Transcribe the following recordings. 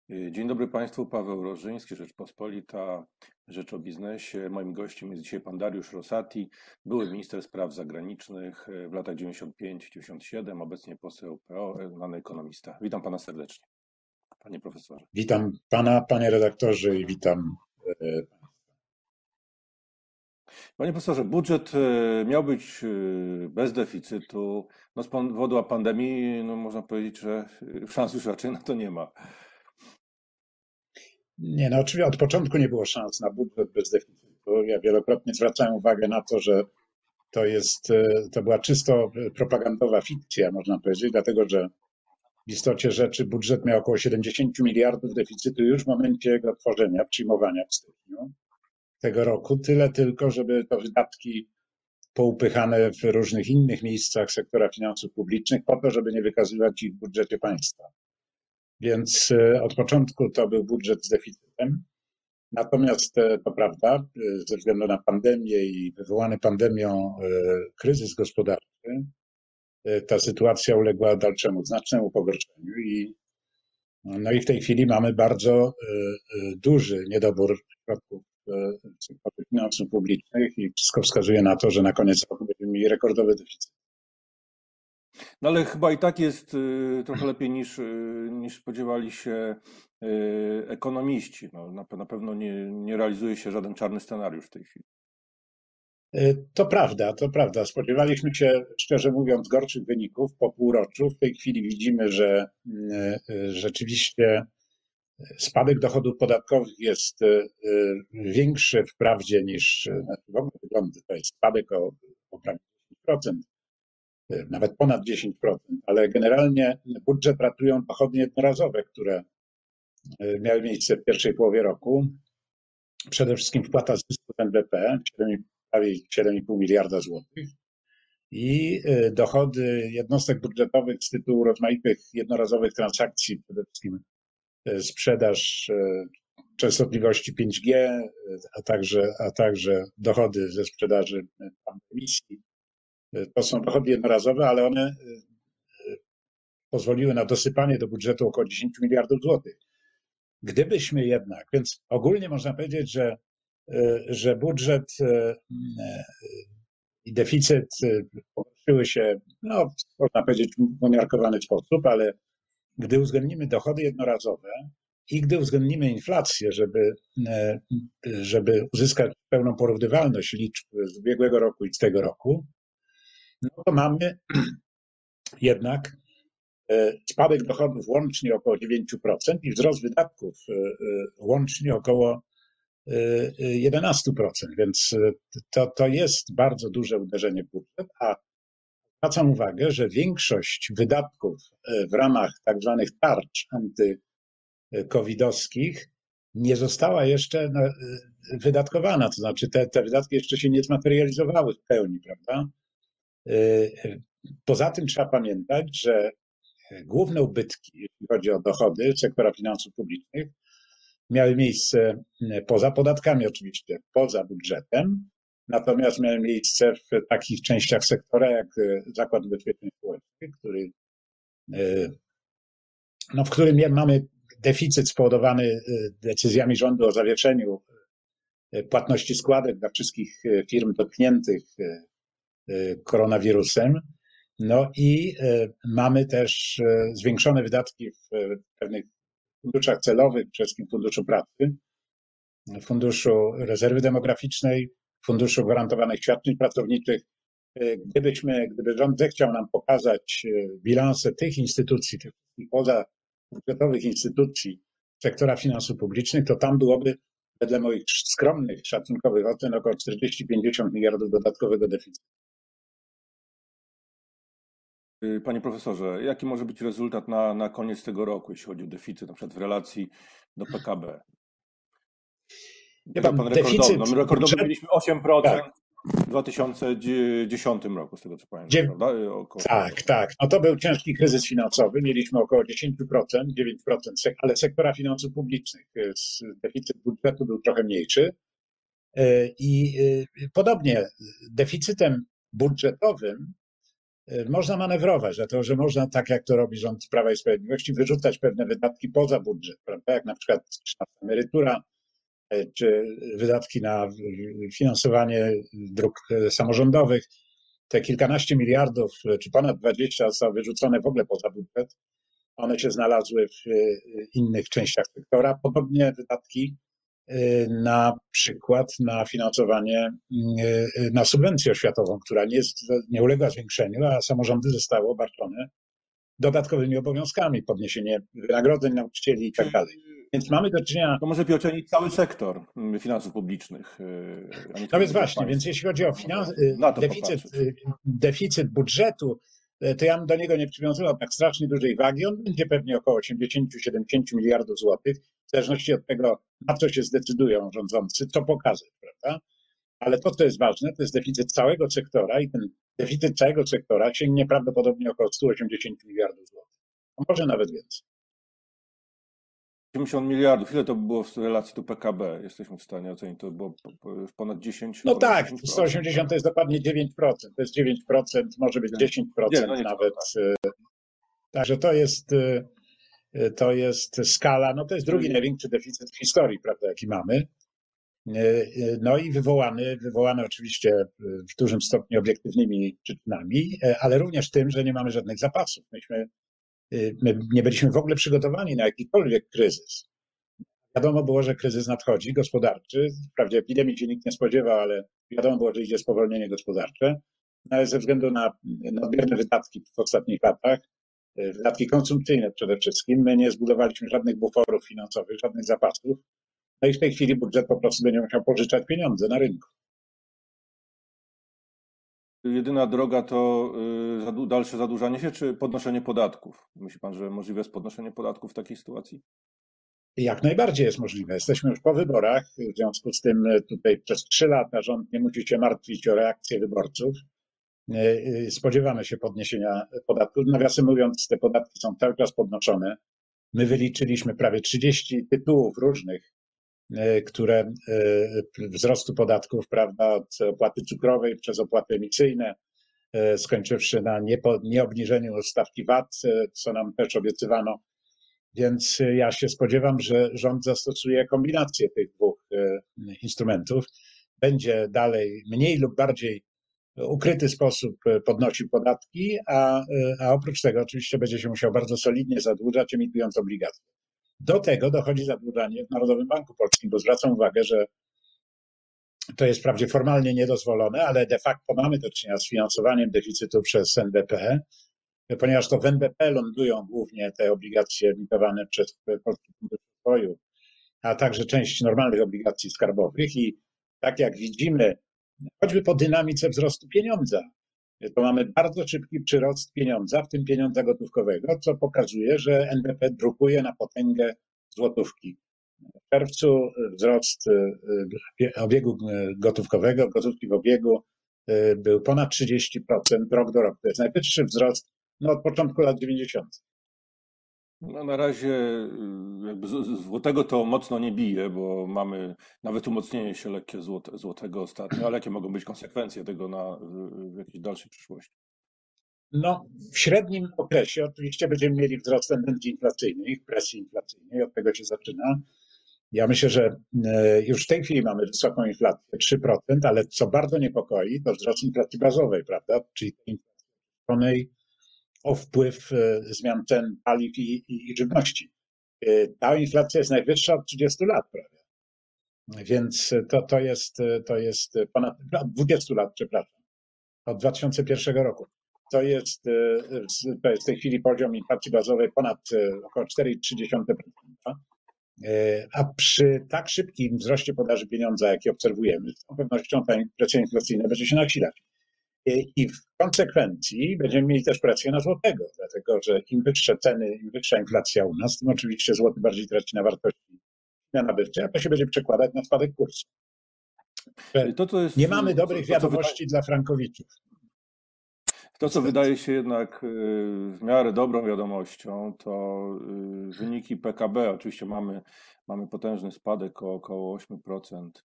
Dzień dobry Państwu, Paweł Rożyński, Rzeczpospolita, Rzecz o Biznesie. Moim gościem jest dzisiaj pan Dariusz Rosati, były minister spraw zagranicznych w latach 95-97, obecnie poseł PO, znany ekonomista. Witam pana serdecznie, panie profesorze. Witam pana, panie redaktorze, i witam. Panie profesorze, budżet miał być bez deficytu. No z powodu pandemii, no można powiedzieć, że szans już raczej na to nie ma. Nie, no oczywiście od początku nie było szans na budżet bez deficytu. Ja wielokrotnie zwracałem uwagę na to, że to była czysto propagandowa fikcja, można powiedzieć, dlatego że w istocie rzeczy budżet miał około 70 miliardów deficytu już w momencie jego tworzenia, przyjmowania w styczniu tego roku. Tyle tylko, żeby to wydatki poupychane w różnych innych miejscach sektora finansów publicznych po to, żeby nie wykazywać ich w budżecie państwa. Więc od początku to był budżet z deficytem. Natomiast to prawda, ze względu na pandemię i wywołany pandemią kryzys gospodarczy, ta sytuacja uległa dalszemu, znacznemu pogorszeniu no i w tej chwili mamy bardzo duży niedobór środków w sektorze finansów publicznych i wszystko wskazuje na to, że na koniec roku będziemy mieli rekordowy deficyt. No ale chyba i tak jest trochę lepiej niż spodziewali się ekonomiści. No, na pewno nie realizuje się żaden czarny scenariusz w tej chwili. To prawda, to prawda. Spodziewaliśmy się, szczerze mówiąc, gorszych wyników po półroczu. W tej chwili widzimy, że rzeczywiście spadek dochodów podatkowych jest większy wprawdzie niż w ogóle wygląda. To jest spadek o prawie 10%, nawet ponad 10%, ale generalnie budżet ratują dochody jednorazowe, które miały miejsce w pierwszej połowie roku. Przede wszystkim wpłata zysku z NBP, prawie 7,5 miliarda złotych, i dochody jednostek budżetowych z tytułu rozmaitych jednorazowych transakcji, przede wszystkim sprzedaż częstotliwości 5G, a także dochody ze sprzedaży emisji. To są dochody jednorazowe, ale one pozwoliły na dosypanie do budżetu około 10 miliardów złotych. Gdybyśmy jednak, więc ogólnie można powiedzieć, że budżet i deficyt pogorszyły się, no, można powiedzieć, w umiarkowany sposób, ale gdy uwzględnimy dochody jednorazowe i gdy uwzględnimy inflację, żeby uzyskać pełną porównywalność liczb z ubiegłego roku i z tego roku, no to mamy jednak spadek dochodów łącznie około 9% i wzrost wydatków łącznie około 11%, więc to jest bardzo duże uderzenie w budżet, a zwracam uwagę, że większość wydatków w ramach tak zwanych tarcz antykowidowskich nie została jeszcze wydatkowana, to znaczy te wydatki jeszcze się nie zmaterializowały w pełni, prawda? Poza tym trzeba pamiętać, że główne ubytki, jeśli chodzi o dochody sektora finansów publicznych, miały miejsce poza podatkami oczywiście, poza budżetem, natomiast miały miejsce w takich częściach sektora jak Zakład Ubezpieczeń Społecznych, w którym mamy deficyt spowodowany decyzjami rządu o zawieszeniu płatności składek dla wszystkich firm dotkniętych koronawirusem. No i mamy też zwiększone wydatki w pewnych funduszach celowych, przede wszystkim Funduszu Pracy, Funduszu Rezerwy Demograficznej, Funduszu Gwarantowanych Świadczeń Pracowniczych. Gdyby rząd zechciał nam pokazać bilanse tych instytucji, tych pozabudżetowych instytucji sektora finansów publicznych, to tam byłoby, wedle moich skromnych, szacunkowych ocen, około 40-50 miliardów dodatkowego deficytu. Panie profesorze, jaki może być rezultat na koniec tego roku, jeśli chodzi o deficyt, na przykład w relacji do PKB? Powiedział pan rekordowy. No my rekordowy mieliśmy 8%. Tak. W 2010 roku, z tego co pamiętam, prawda? Tak. No to był ciężki kryzys finansowy. Mieliśmy około 10%, 9%, ale sektora finansów publicznych. Deficyt budżetu był trochę mniejszy. I podobnie deficytem budżetowym można manewrować, dlatego że można, tak jak to robi rząd Prawa i Sprawiedliwości, wyrzucać pewne wydatki poza budżet, prawda? Jak na przykład emerytura, czy wydatki na finansowanie dróg samorządowych. Te kilkanaście miliardów, czy ponad 20 zostały wyrzucone w ogóle poza budżet. One się znalazły w innych częściach sektora. Podobnie wydatki na przykład na finansowanie, na subwencję oświatową, która nie uległa zwiększeniu, a samorządy zostały obarczone dodatkowymi obowiązkami, podniesienie wynagrodzeń nauczycieli i tak dalej. Więc mamy do czynienia... To może ocenić cały sektor finansów publicznych. No więc właśnie, więc jeśli chodzi o deficyt budżetu, to ja bym do niego nie przywiązywał tak strasznie dużej wagi. On będzie pewnie około 80-70 miliardów złotych, w zależności od tego, na co się zdecydują rządzący, co pokazać, prawda? Ale to, co jest ważne, to jest deficyt całego sektora i ten deficyt całego sektora sięgnie prawdopodobnie około 180 miliardów złotych. A może nawet więcej. 80 miliardów, ile to było w relacji do PKB? Jesteśmy w stanie ocenić, to było już ponad 10%. No tak, 180 to jest dokładnie 9%. To jest 9%, może być 10% nawet. Tak. Także to jest skala, no to jest drugi największy deficyt w historii, prawda, jaki mamy. No i wywołany oczywiście w dużym stopniu obiektywnymi przyczynami, ale również tym, że nie mamy żadnych zapasów. My nie byliśmy w ogóle przygotowani na jakikolwiek kryzys. Wiadomo było, że kryzys nadchodzi, gospodarczy. Wprawdzie epidemii się nikt nie spodziewał, ale wiadomo było, że idzie spowolnienie gospodarcze. No ale ze względu na nadmierne wydatki w ostatnich latach, wydatki konsumpcyjne przede wszystkim, my nie zbudowaliśmy żadnych buforów finansowych, żadnych zapasów. No i w tej chwili budżet po prostu będzie musiał pożyczać pieniądze na rynku. Jedyna droga to dalsze zadłużanie się, czy podnoszenie podatków? Myśli pan, że możliwe jest podnoszenie podatków w takiej sytuacji? Jak najbardziej jest możliwe. Jesteśmy już po wyborach, w związku z tym tutaj przez 3 lata rząd nie musi się martwić o reakcję wyborców. Spodziewamy się podniesienia podatków. Nawiasem mówiąc, te podatki są cały czas podnoszone. My wyliczyliśmy prawie 30 tytułów różnych, które wzrostu podatków, prawda, od opłaty cukrowej przez opłaty emisyjne, skończywszy na nieobniżeniu stawki VAT, co nam też obiecywano. Więc ja się spodziewam, że rząd zastosuje kombinację tych dwóch instrumentów. Będzie dalej mniej lub bardziej ukryty sposób podnosił podatki, a oprócz tego oczywiście będzie się musiał bardzo solidnie zadłużać, emitując obligacje. Do tego dochodzi zadłużanie w Narodowym Banku Polskim, bo zwracam uwagę, że to jest wprawdzie formalnie niedozwolone, ale de facto mamy do czynienia z finansowaniem deficytu przez NBP, ponieważ to w NBP lądują głównie te obligacje emitowane przez Polski Fundusz Rozwoju, a także część normalnych obligacji skarbowych i tak jak widzimy, choćby po dynamice wzrostu pieniądza, to mamy bardzo szybki przyrost pieniądza, w tym pieniądza gotówkowego, co pokazuje, że NBP drukuje na potęgę złotówki. W czerwcu wzrost obiegu gotówkowego, gotówki w obiegu był ponad 30% rok do roku. To jest najwyższy wzrost od początku lat 90. No na razie jakby złotego to mocno nie bije, bo mamy nawet umocnienie się lekkie złotego ostatnio, ale jakie mogą być konsekwencje tego w jakiejś dalszej przyszłości? No, w średnim okresie oczywiście będziemy mieli wzrost tendencji inflacyjnych, presji inflacyjnej, od tego się zaczyna. Ja myślę, że już w tej chwili mamy wysoką inflację, 3%, ale co bardzo niepokoi, to wzrost inflacji bazowej, prawda? Czyli inflacji o wpływ zmian cen paliw i żywności. Ta inflacja jest najwyższa od 30 lat prawie. Więc to jest ponad 20 lat, przepraszam, od 2001 roku. To jest w tej chwili poziom inflacji bazowej ponad około 4,3%. A przy tak szybkim wzroście podaży pieniądza, jaki obserwujemy, z pewnością ta presja inflacyjna będzie się nasilać. I w konsekwencji będziemy mieli też presję na złotego, dlatego że im wyższe ceny, im wyższa inflacja u nas, tym oczywiście złoty bardziej traci na wartości nabywczej, a to się będzie przekładać na spadek kursu. Nie mamy dobrych wiadomości dla frankowiczów. To, co wydaje się jednak w miarę dobrą wiadomością, to wyniki PKB. Oczywiście mamy potężny spadek o około 8%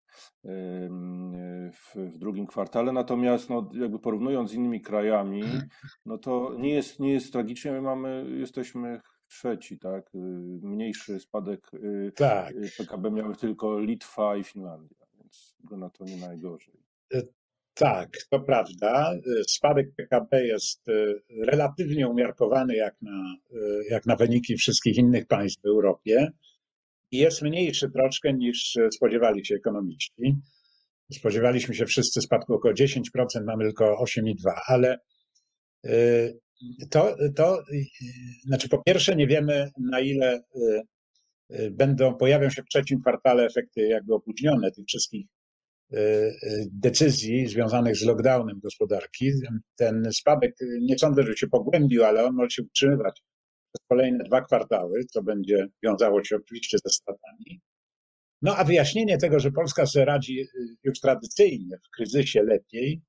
w drugim kwartale, natomiast no, jakby porównując z innymi krajami, no to nie jest tragicznie. Jesteśmy trzeci, tak? Mniejszy spadek Tak. PKB miały tylko Litwa i Finlandia, więc wygląda to nie najgorzej. Tak, to prawda. Spadek PKB jest relatywnie umiarkowany jak na wyniki wszystkich innych państw w Europie i jest mniejszy troszkę niż spodziewali się ekonomiści. Spodziewaliśmy się wszyscy spadku około 10%, mamy tylko 8,2%, ale znaczy po pierwsze nie wiemy, na ile pojawią się w trzecim kwartale efekty jakby opóźnione tych wszystkich decyzji związanych z lockdownem gospodarki. Ten spadek nie sądzę, że się pogłębił, ale on może się utrzymywać przez kolejne 2 kwartały, co będzie wiązało się oczywiście ze stratami. No a wyjaśnienie tego, że Polska sobie radzi już tradycyjnie w kryzysie lepiej,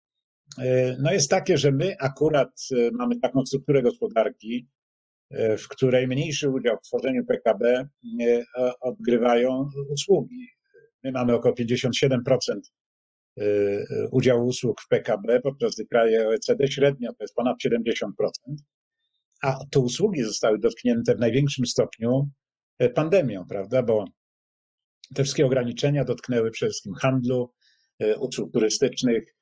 no jest takie, że my akurat mamy taką strukturę gospodarki, w której mniejszy udział w tworzeniu PKB odgrywają usługi. My mamy około 57% udziału usług w PKB, podczas gdy kraje OECD średnio to jest ponad 70%, a te usługi zostały dotknięte w największym stopniu pandemią, prawda, bo te wszystkie ograniczenia dotknęły przede wszystkim handlu, usług turystycznych,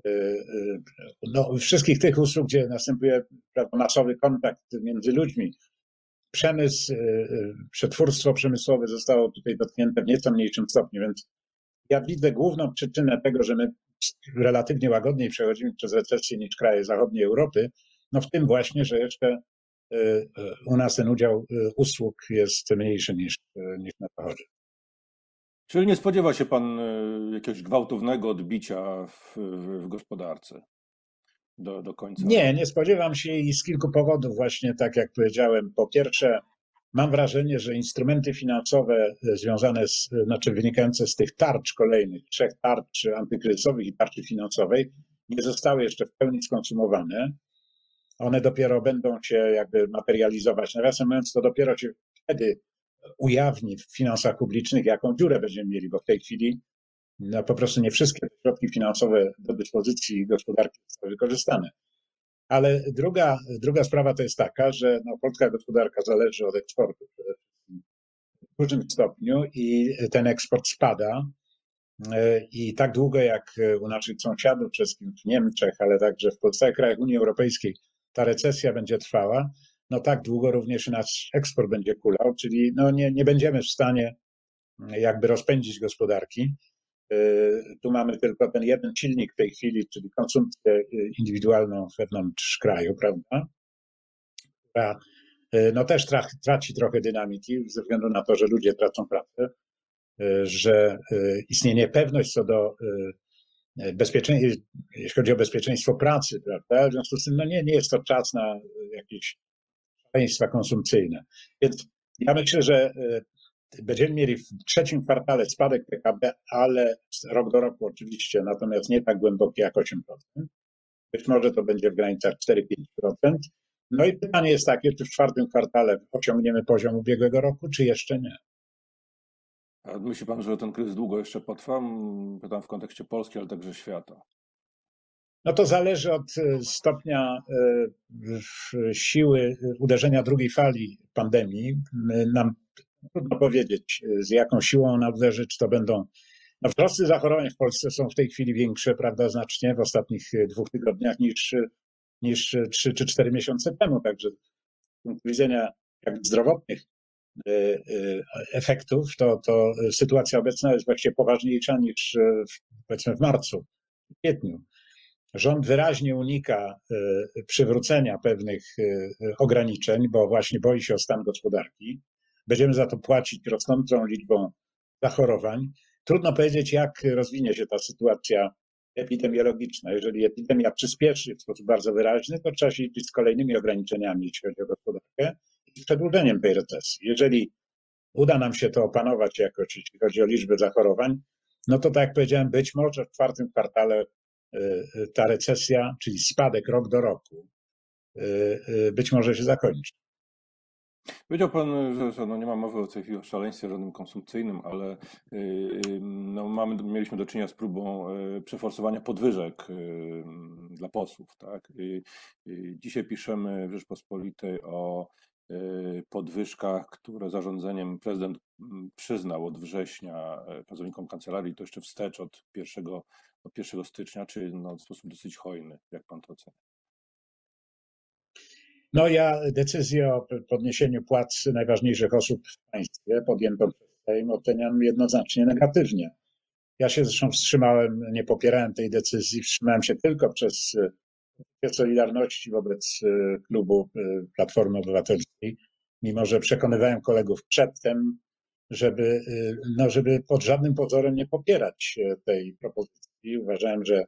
no, wszystkich tych usług, gdzie następuje, prawda, masowy kontakt między ludźmi. Przemysł, przetwórstwo przemysłowe zostało tutaj dotknięte w nieco mniejszym stopniu, więc ja widzę główną przyczynę tego, że my relatywnie łagodniej przechodzimy przez recesję niż kraje zachodniej Europy, no w tym właśnie, że jeszcze u nas ten udział usług jest mniejszy niż na Zachodzie. Czyli nie spodziewa się pan jakiegoś gwałtownego odbicia w gospodarce do końca roku? Nie spodziewam się i z kilku powodów właśnie, tak jak powiedziałem. Po pierwsze, mam wrażenie, że instrumenty finansowe znaczy wynikające z tych tarcz kolejnych, 3 tarcz antykryzysowych i tarczy finansowej, nie zostały jeszcze w pełni skonsumowane. One dopiero będą się jakby materializować. Nawiasem mówiąc, to dopiero się wtedy ujawni w finansach publicznych, jaką dziurę będziemy mieli, bo w tej chwili no, po prostu nie wszystkie środki finansowe do dyspozycji gospodarki zostały wykorzystane. Ale druga sprawa to jest taka, że no, polska gospodarka zależy od eksportu przede wszystkim w dużym stopniu i ten eksport spada. I tak długo jak u naszych sąsiadów, przede wszystkim w Niemczech, ale także w pozostałych krajach Unii Europejskiej ta recesja będzie trwała, no tak długo również nasz eksport będzie kulał, czyli no nie będziemy w stanie jakby rozpędzić gospodarki. Tu mamy tylko ten jeden silnik w tej chwili, czyli konsumpcję indywidualną wewnątrz kraju, prawda? Która no też traci trochę dynamiki ze względu na to, że ludzie tracą pracę, że istnieje niepewność co do bezpieczeństwa, jeśli chodzi o bezpieczeństwo pracy, prawda? W związku z tym no nie jest to czas na jakieś szaleństwa konsumpcyjne. Więc ja myślę, że będziemy mieli w trzecim kwartale spadek PKB, ale rok do roku oczywiście, natomiast nie tak głęboki jak 8%. Być może to będzie w granicach 4-5%. No i pytanie jest takie, czy w czwartym kwartale osiągniemy poziom ubiegłego roku, czy jeszcze nie. A myśli pan, że ten kryzys długo jeszcze potrwa? Pytam w kontekście Polski, ale także świata. No to zależy od stopnia siły uderzenia drugiej fali pandemii. Nam trudno powiedzieć, z jaką siłą ona uderzy, czy to będą. No wzrosty zachorowań w Polsce są w tej chwili większe, prawda, znacznie w ostatnich 2 tygodniach niż 3 czy 4 miesiące temu. Także z punktu widzenia jakby zdrowotnych efektów, to sytuacja obecna jest właściwie poważniejsza niż powiedzmy w marcu, w kwietniu. Rząd wyraźnie unika przywrócenia pewnych ograniczeń, bo właśnie boi się o stan gospodarki. Będziemy za to płacić rosnącą liczbą zachorowań. Trudno powiedzieć, jak rozwinie się ta sytuacja epidemiologiczna. Jeżeli epidemia przyspieszy w sposób bardzo wyraźny, to trzeba się liczyć z kolejnymi ograniczeniami, jeśli chodzi o gospodarkę i z przedłużeniem tej recesji. Jeżeli uda nam się to opanować jakoś, jeśli chodzi o liczbę zachorowań, no to tak jak powiedziałem, być może w czwartym kwartale ta recesja, czyli spadek rok do roku, być może się zakończy. Powiedział Pan, że no nie ma mowy o tej chwili o szaleństwie żadnym konsumpcyjnym, ale no mieliśmy do czynienia z próbą przeforsowania podwyżek dla posłów, tak? Dzisiaj piszemy w Rzeczpospolitej o podwyżkach, które zarządzeniem prezydent przyznał od września pracownikom kancelarii, to jeszcze wstecz od 1 stycznia, czyli no w sposób dosyć hojny. Jak Pan to ocenia? No ja decyzję o podniesieniu płac najważniejszych osób w państwie podjętą przez Sejm oceniam jednoznacznie negatywnie. Ja się zresztą wstrzymałem, nie popierałem tej decyzji, wstrzymałem się tylko przez Solidarności wobec klubu Platformy Obywatelskiej, mimo że przekonywałem kolegów przedtem, żeby pod żadnym pozorem nie popierać tej propozycji. Uważałem, że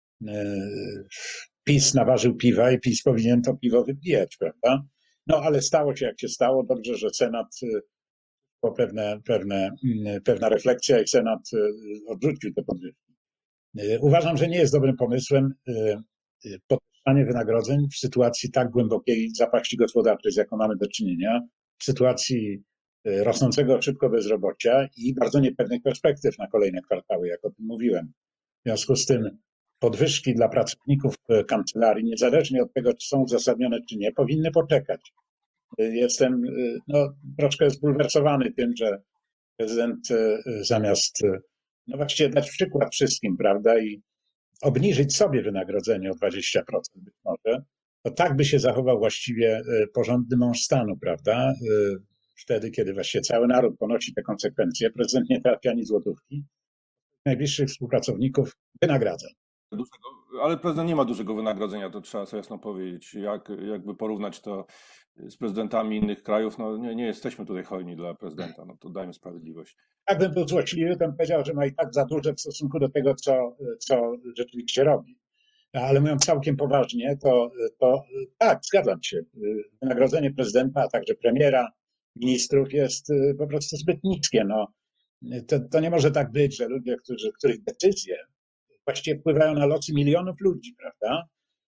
PiS naważył piwa i PiS powinien to piwo wypijać, prawda? No ale stało się jak się stało. Dobrze, że Senat, po pewna refleksja i Senat odrzucił te podwyżki. Uważam, że nie jest dobrym pomysłem podwyższanie wynagrodzeń w sytuacji tak głębokiej zapaści gospodarczej, z jaką mamy do czynienia, w sytuacji rosnącego szybko bezrobocia i bardzo niepewnych perspektyw na kolejne kwartały, jak o tym mówiłem. W związku z tym podwyżki dla pracowników kancelarii, niezależnie od tego, czy są uzasadnione, czy nie, powinny poczekać. Jestem troszkę zbulwersowany tym, że prezydent zamiast właściwie dać przykład wszystkim, prawda, i obniżyć sobie wynagrodzenie o 20% być może, to tak by się zachował właściwie porządny mąż stanu, prawda? Wtedy, kiedy właściwie cały naród ponosi te konsekwencje, prezydent nie trafia ani złotówki, najbliższych współpracowników wynagradza. Ale prezydent nie ma dużego wynagrodzenia, to trzeba sobie jasno powiedzieć. Jakby porównać to z prezydentami innych krajów, no nie jesteśmy tutaj hojni dla prezydenta, no to dajmy sprawiedliwość. Jakbym był złośliwy, to bym powiedział, że ma i tak za duże w stosunku do tego, co rzeczywiście robi. Ale mówiąc całkiem poważnie, to tak, zgadzam się. Wynagrodzenie prezydenta, a także premiera, ministrów jest po prostu zbyt niskie. No, to nie może tak być, że ludzie, których decyzje właściwie wpływają na losy milionów ludzi, prawda?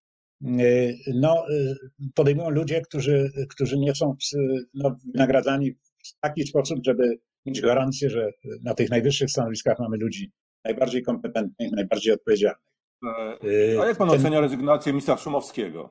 Podejmują ludzie, którzy nie są wynagradzani w taki sposób, żeby mieć gwarancję, że na tych najwyższych stanowiskach mamy ludzi najbardziej kompetentnych, najbardziej odpowiedzialnych. A jak pan ocenia rezygnację ministra Szumowskiego?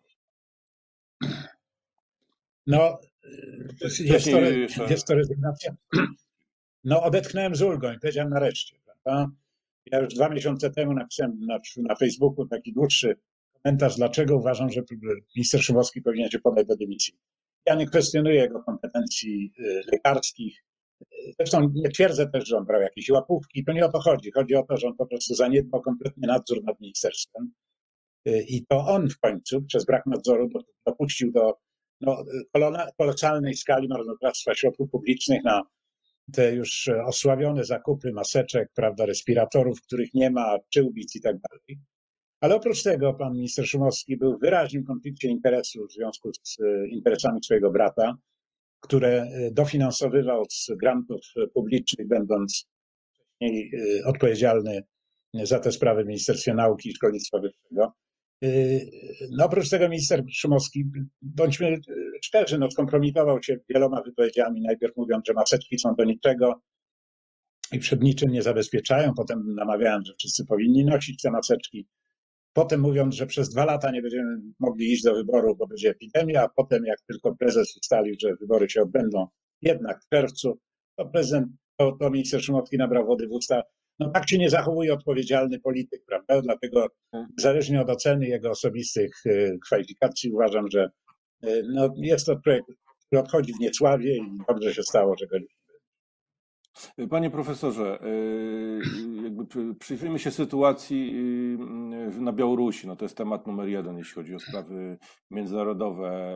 No, jest to rezygnacja. No, odetchnąłem z ulgą i powiedziałem nareszcie, prawda? Ja już 2 miesiące temu napisałem na Facebooku taki dłuższy komentarz, dlaczego uważam, że minister Szumowski powinien się podać do dymisji. Ja nie kwestionuję jego kompetencji lekarskich. Zresztą nie twierdzę też, że on brał jakieś łapówki. To nie o to chodzi. Chodzi o to, że on po prostu zaniedbał kompletnie nadzór nad ministerstwem. I to on w końcu przez brak nadzoru dopuścił do kolosalnej skali marnotrawstwa środków publicznych na te już osławione zakupy maseczek, prawda, respiratorów, których nie ma, przyłbic i tak dalej. Ale oprócz tego pan minister Szumowski był w wyraźnym konflikcie interesów w związku z interesami swojego brata, które dofinansowywał z grantów publicznych, będąc wcześniej odpowiedzialny za te sprawy w Ministerstwie Nauki i Szkolnictwa Wyższego. No oprócz tego minister Szumowski, bądźmy szczerzy, skompromitował się wieloma wypowiedziami, najpierw mówiąc, że maseczki są do niczego i przed niczym nie zabezpieczają, potem namawiając, że wszyscy powinni nosić te maseczki, potem mówiąc, że przez 2 lata nie będziemy mogli iść do wyborów, bo będzie epidemia, a potem jak tylko prezes ustalił, że wybory się odbędą jednak w czerwcu, to prezydent, to minister Szumowski nabrał wody w usta. No tak się nie zachowuje odpowiedzialny polityk, prawda? Dlatego zależnie od oceny jego osobistych kwalifikacji uważam, że jest to projekt, który odchodzi w niesławie i dobrze się stało, że go nie. Panie profesorze, jakby przyjrzyjmy się sytuacji na Białorusi. No to jest temat numer 1, jeśli chodzi o sprawy międzynarodowe.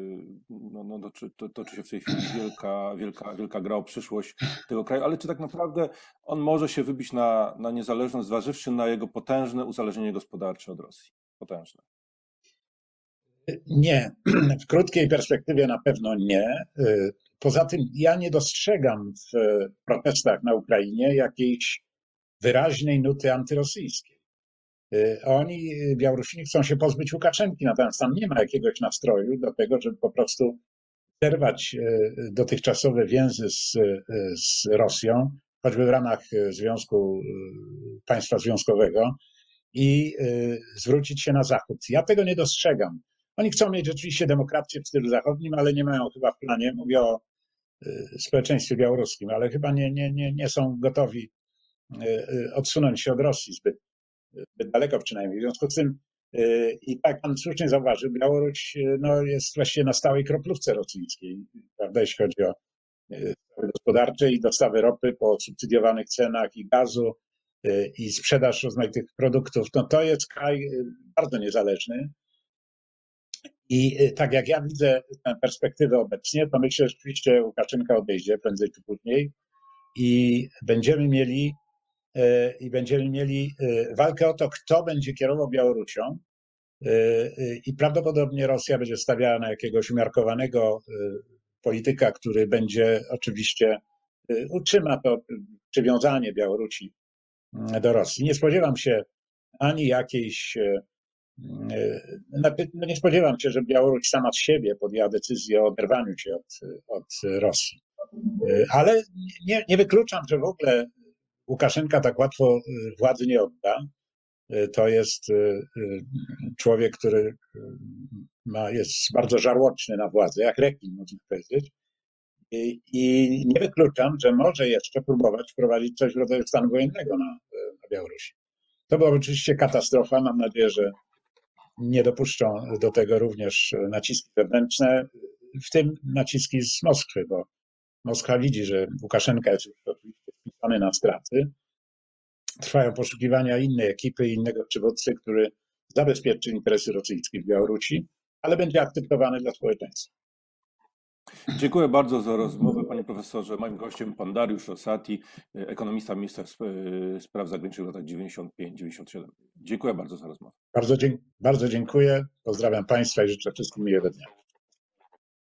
Toczy się w tej chwili wielka gra o przyszłość tego kraju, ale czy tak naprawdę on może się wybić na niezależność, zważywszy na jego potężne uzależnienie gospodarcze od Rosji? Potężne. Nie, w krótkiej perspektywie na pewno nie. Poza tym ja nie dostrzegam w protestach na Ukrainie jakiejś wyraźnej nuty antyrosyjskiej. Oni, Białorusini, chcą się pozbyć Łukaszenki, natomiast tam nie ma jakiegoś nastroju do tego, żeby po prostu zerwać dotychczasowe więzy z Rosją, choćby w ramach Związku Państwa Związkowego i zwrócić się na Zachód. Ja tego nie dostrzegam. Oni chcą mieć rzeczywiście demokrację w stylu zachodnim, ale nie mają chyba w planie, mówię o społeczeństwie białoruskim, ale chyba nie są gotowi odsunąć się od Rosji zbyt daleko przynajmniej. W związku z tym, i tak pan słusznie zauważył, Białoruś no, jest właściwie na stałej kroplówce rosyjskiej, prawda, jeśli chodzi o sprawy gospodarcze i dostawy ropy po subsydiowanych cenach i gazu i sprzedaż rozmaitych produktów. No, to jest kraj bardzo niezależny. I tak jak ja widzę tę perspektywę obecnie, to myślę, że rzeczywiście Łukaszenka odejdzie prędzej czy później i będziemy mieli walkę o to, kto będzie kierował Białorusią. I prawdopodobnie Rosja będzie stawiała na jakiegoś umiarkowanego polityka, który będzie oczywiście utrzyma to przywiązanie Białorusi do Rosji. Nie spodziewam się ani jakiejś, nie spodziewam się, że Białoruś sama z siebie podjęła decyzję o oderwaniu się od Rosji. Ale nie wykluczam, że w ogóle Łukaszenka tak łatwo władzy nie odda. To jest człowiek, który jest bardzo żarłoczny na władzę, jak rekin, można powiedzieć. I nie wykluczam, że może jeszcze próbować wprowadzić coś w rodzaju stanu wojennego na Białorusi. To byłaby oczywiście katastrofa. Mam nadzieję, że nie dopuszczą do tego również naciski wewnętrzne, w tym naciski z Moskwy, bo Moskwa widzi, że Łukaszenka jest już oczywiście spisany na straty. Trwają poszukiwania innej ekipy, innego przywódcy, który zabezpieczy interesy rosyjskie w Białorusi, ale będzie akceptowany dla społeczeństwa. Dziękuję bardzo za rozmowę, panie profesorze. Moim gościem pan Dariusz Rosati, ekonomista, minister spraw zagranicznych w latach 95-97. Dziękuję bardzo za rozmowę. Bardzo dziękuję, pozdrawiam państwa i życzę wszystkim miłego dnia.